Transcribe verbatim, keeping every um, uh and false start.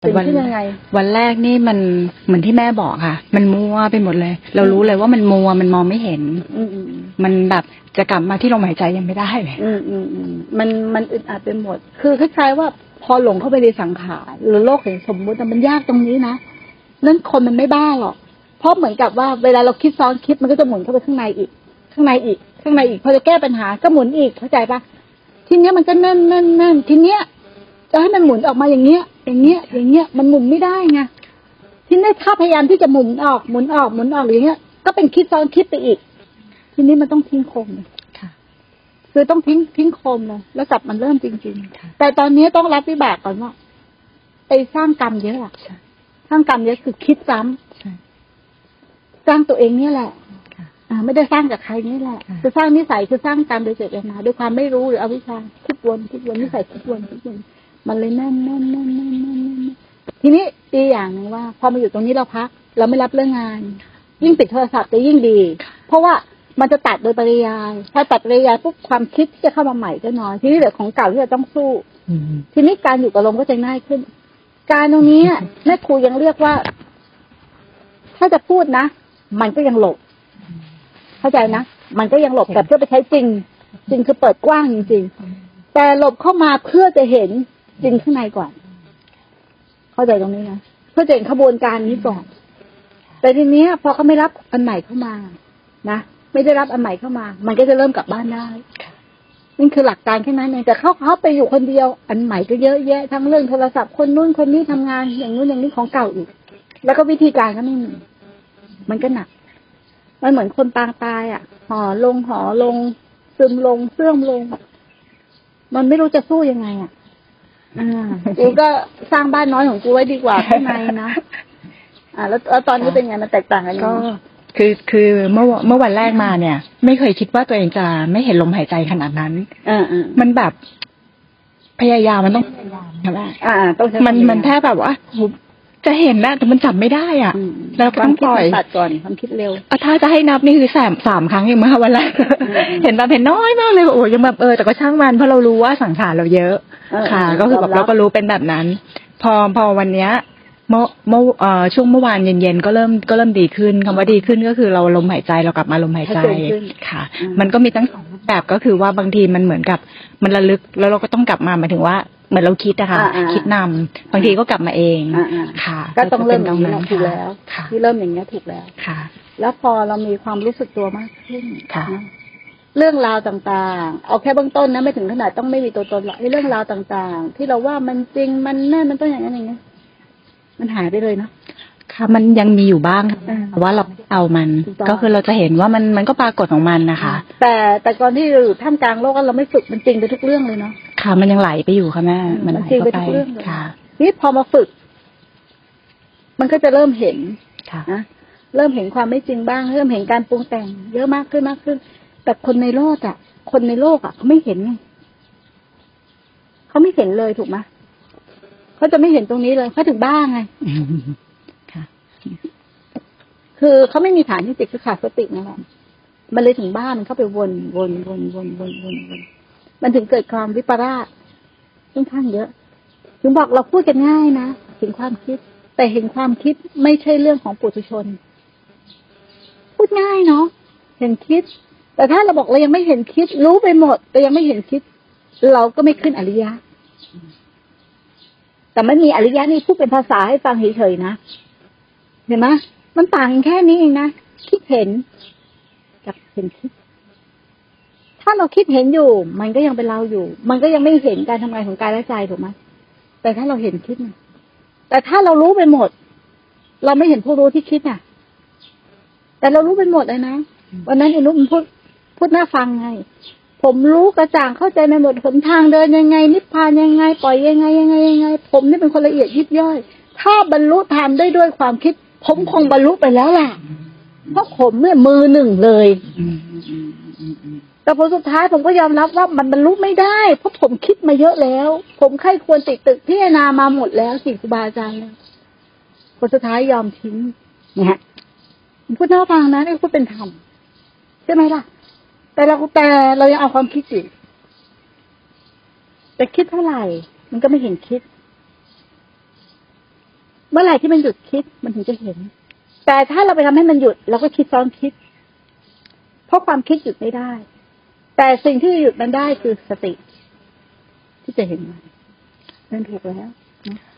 ตื่นขึ้นยังไงวันแรกนี่มันเหมือนที่แม่บอกค่ะมันมัวไปหมดเลยเรารู้เลยว่ามันมัวมันมองไม่เห็นมันแบบจะกลับมาที่ลมหายใจยังไม่ได้เลยอืมอืมอืมมันมันอึดอัดไปหมดคือคล้ายๆว่าพอหลงเข้าไปในสังขารหรือโลกแห่งสมมุติมันยากตรงนี้นะนั่นคนมันไม่บ้าหรอกเพราะเหมือนกับว่าเวลาเราคิดซ้อนคิดมันก็จะหมุนเข้าไปข้างในอีกข้างในอีกข้างในอีกพอจะแก้ปัญหาก็หมุนอีกเข้าใจปะทีเนี้ยมันก็นั่นนั่นนั่นทีเนี้ยจะให้มันหมุนออกมาอย่างเงี้ยอย่างเงี้ยอย่างเงี้ยมันหมุนไม่ได้ไงทีนี้ถ้าพยายามที่จะหมุนออกหมุนออกหมุนออกอย่างเงี้ยก็เป็นคิดซ้อนคิดไปอีกทีนี้มันต้องทิ้งโคมเลยคือต้องทิ้งทิ้งโคมเลยแล้วกลับมันเริ่มจริงๆแต่ตอนนี้ต้องรับวิบากก่อนว่าไปสร้างกรรมเยอะอะสร้างกรรมเยอะคือคิดซ้ำสร้างตัวเองเนี่ยแหละอ่าไม่ได้สร้างกับใครนี่แหละคือสร้างนิสัยคือสร้างกรรมโดยเจตนาด้วยความไม่รู้หรืออวิชชาคิดวนคิดวนนิสัยคิดวนคิดวนมันเลยแน่นแน่นแน่นแน่นแน่นแน่นทีนี้ดีอย่างหนึ่งว่าพอมาอยู่ตรงนี้เราพักเราไม่รับเรื่องงานยิ่งปิดโทรศัพท์จะยิ่งดีเพราะว่ามันจะตัดโดยปริยายถ้าตัดปริยายปุ๊บความคิดที่จะเข้ามาใหม่ก็น้อยทีนี้เหลือของเก่าที่เราต้องสู้ทีนี้การอยู่กับลมก็จะง่ายขึ้นการตรงนี้แม่ครูยังเรียกว่าถ้าจะพูดนะมันก็ยังหลบเข้าใจนะมันก็ยังหลบแต่เพื่อไปใช้จริงจริงคือเปิดกว้างจริงๆแต่หลบเข้ามาเพื่อจะเห็นจริงข้างในก่อนเข้าใจตรงนี้นะเพื่อจะเห็นขบวนการนี้ก่อนแต่ทีนี้พอเขาไม่รับอันใหม่เข้ามานะไม่ได้รับอันใหม่เข้ามามันก็จะเริ่มกลับบ้านได้นี่คือหลักการแค่นั้นเองแต่เขาเขาไปอยู่คนเดียวอันใหม่ก็เยอะแยะทั้งเรื่องโทรศัพท์คนนู้นคนนี้ทำงานอย่างนู้นอย่างนี้ของเก่าอีกแล้วก็วิธีการก็ไม่มีมันก็หนักมันเหมือนคนปางตายอ่ะห่อลงห่อลงซึมลงเสื่อมลงมันไม่รู้จะสู้ยังไงอ่ะอ่ากูก็สร้างบ้านน้อยของกูไว้ดีกว่าข้างในนะอ่าแล้วแล้วตอนนี้เป็นไงมันแตกต่างกันยังไงคือคือเมื่อเมื่อวันแรกมาเนี่ยไม่เคยคิดว่าตัวเองจะไม่เห็นลมหายใจขนาดนั้นอ่ามันแบบพยายามมันต้องพยายามใช่ไหมอ่าต้องมันมันแทบแบบว่าจะเห็นนะแต่มันจับไม่ได้อ่ะแล้วก็ต้องปล่อยตัดก่อนความคิดเร็วถ้าจะให้นับนี่คือสามสามครั้งเองมาวันแรกเห็นแบบเห็นน้อยมากเลยโอ้ยยังแบบเออแต่ก็ช่างมันเพราะเรารู้ว่าสังขารเราเยอะค่ะก็คือแบบเราก็รู้เป็นแบบนั้นพอพอวันเนี้ยเมื่อเมื่อเอ่อช่วงเมื่อวานเย็นๆก็เริ่มก็เริ่มดีขึ้นคำว่าดีขึ้นก็คือเราลมหายใจเรากลับมาลมหายใจค่ะมันก็มีทั้งสองแบบก็คือว่าบางทีมันเหมือนกับมันระลึกแล้วเราก็ต้องกลับมาหมายถึงว่าเหมือนเราคิดอะค่ะคิดนำบางทีก็กลับมาเองค่ะก็ต้องเริ่มตรงนั้นถูกแล้วที่เริ่มอย่างนี้ถูกแล้วค่ะแล้วพอเรามีความรู้สึกตัวมากขึ้นค่ะเรื่องราวต่างๆเอาแค่เบื้องต้นนะไม่ถึงขนาดต้องไม่มีตัวตนหรอกเรื่องราวต่างๆที่เราว่ามันจริงมันแน่มันต้องอย่างนั้นอย่างนี้มันหายไปเลยเนาะค่ะมันยังมีอยู่บ้างแต่ว่าเราเอามันก็คือเราจะเห็นว่ามันมันก็ปรากฏของมันนะคะแต่แต่ก่อนที่เราอยู่ท่ามกลางโลกเราไม่ฝึกมันจริงไปทุกเรื่องเลยเนาะค่ะมันยังไหลไปอยู่ค่ะแม่มันจริงไปทุกเรื่องค่ะนี่พอมาฝึกมันก็จะเริ่มเห็นนะเริ่มเห็นความไม่จริงบ้างเริ่มเห็นการปรุงแต่งเยอะมากขึ้นมากขึ้นแต่คนในโลกอ่ะคนในโลกอ่ะเขาไม่เห็นไงเขาไม่เห็นเลยถูกไหมเขาจะไม่เห็นตรงนี้เลยเขาถึงบ้าไงค่ะคือเขาไม่มีฐานที่จิตคือขาดสตินั่นแหละมันเลยถึงบ้ามันเข้าไปวนวนวนวนวนวนวนมันถึงเกิดความวิปลาสค่อนข้างเยอะถึงบอกเราพูดกันง่ายนะถึงความคิดแต่เห็นความคิดไม่ใช่เรื่องของปุถุชนพูดง่ายเนาะเห็นคิดแต่ถ้าเราบอกเรายังไม่เห็นคิดรู้ไปหมดแต่ยังไม่เห็นคิดเราก็ไม่ขึ้นอริยะแต่ไม่มีอริยะนี่พูดเป็นภาษาให้ฟังเฉยๆนะเห็นไหมมันต่างกันแค่นี้เองนะคิดเห็นกับเห็นคิดถ้าเราคิดเห็นอยู่มันก็ยังเป็นเราอยู่มันก็ยังไม่เห็นการทำงานของกายและใจถูกไหมแต่ถ้าเราเห็นคิดนะแต่ถ้าเรารู้ไปหมดเราไม่เห็นผู้รู้ที่คิดน่ะแต่เรารู้ไปหมดเลยนะวันนั้นไอ้นุ๊กมันพูดพูดน่าฟังไงผมรู้กระจ่างเข้าใจในหมดหนทางเดินยังไงนิพพานยังไงปล่อยยังไงยังไงยังไงผมนี่เป็นคนละเอียดยิบย่อยถ้าบรรลุธรรมได้ด้วยความคิดผมคงบรรลุไปแล้วล่ะเพราะผมเนี่ยมือหนึ่งเลยแต่ผลสุดท้ายผมก็ยอมรับว่ามันบรรลุไม่ได้เพราะผมคิดมาเยอะแล้วผมใคร่ควรติดตึกพิจารณามาหมดแล้วสี่ครูบาอาจารย์แล้วผลสุดท้ายยอมทิ้งเนี่ยพูดน่าฟังนะนี่พูดเป็นธรรมใช่ไหมล่ะแต่เราแต่เรายังเอาความคิดอยู่แต่คิดเท่าไหร่มันก็ไม่เห็นคิดเมื่อไหร่ที่มันหยุดคิดมันถึงจะเห็น แต่ถ้าเราไปทำให้มันหยุดเราก็คิดซ้อนคิด เพราะความคิดหยุดไม่ได้ แต่สิ่งที่หยุดมันได้คือสติ ที่จะเห็นมันนั่นถูกแล้วนะ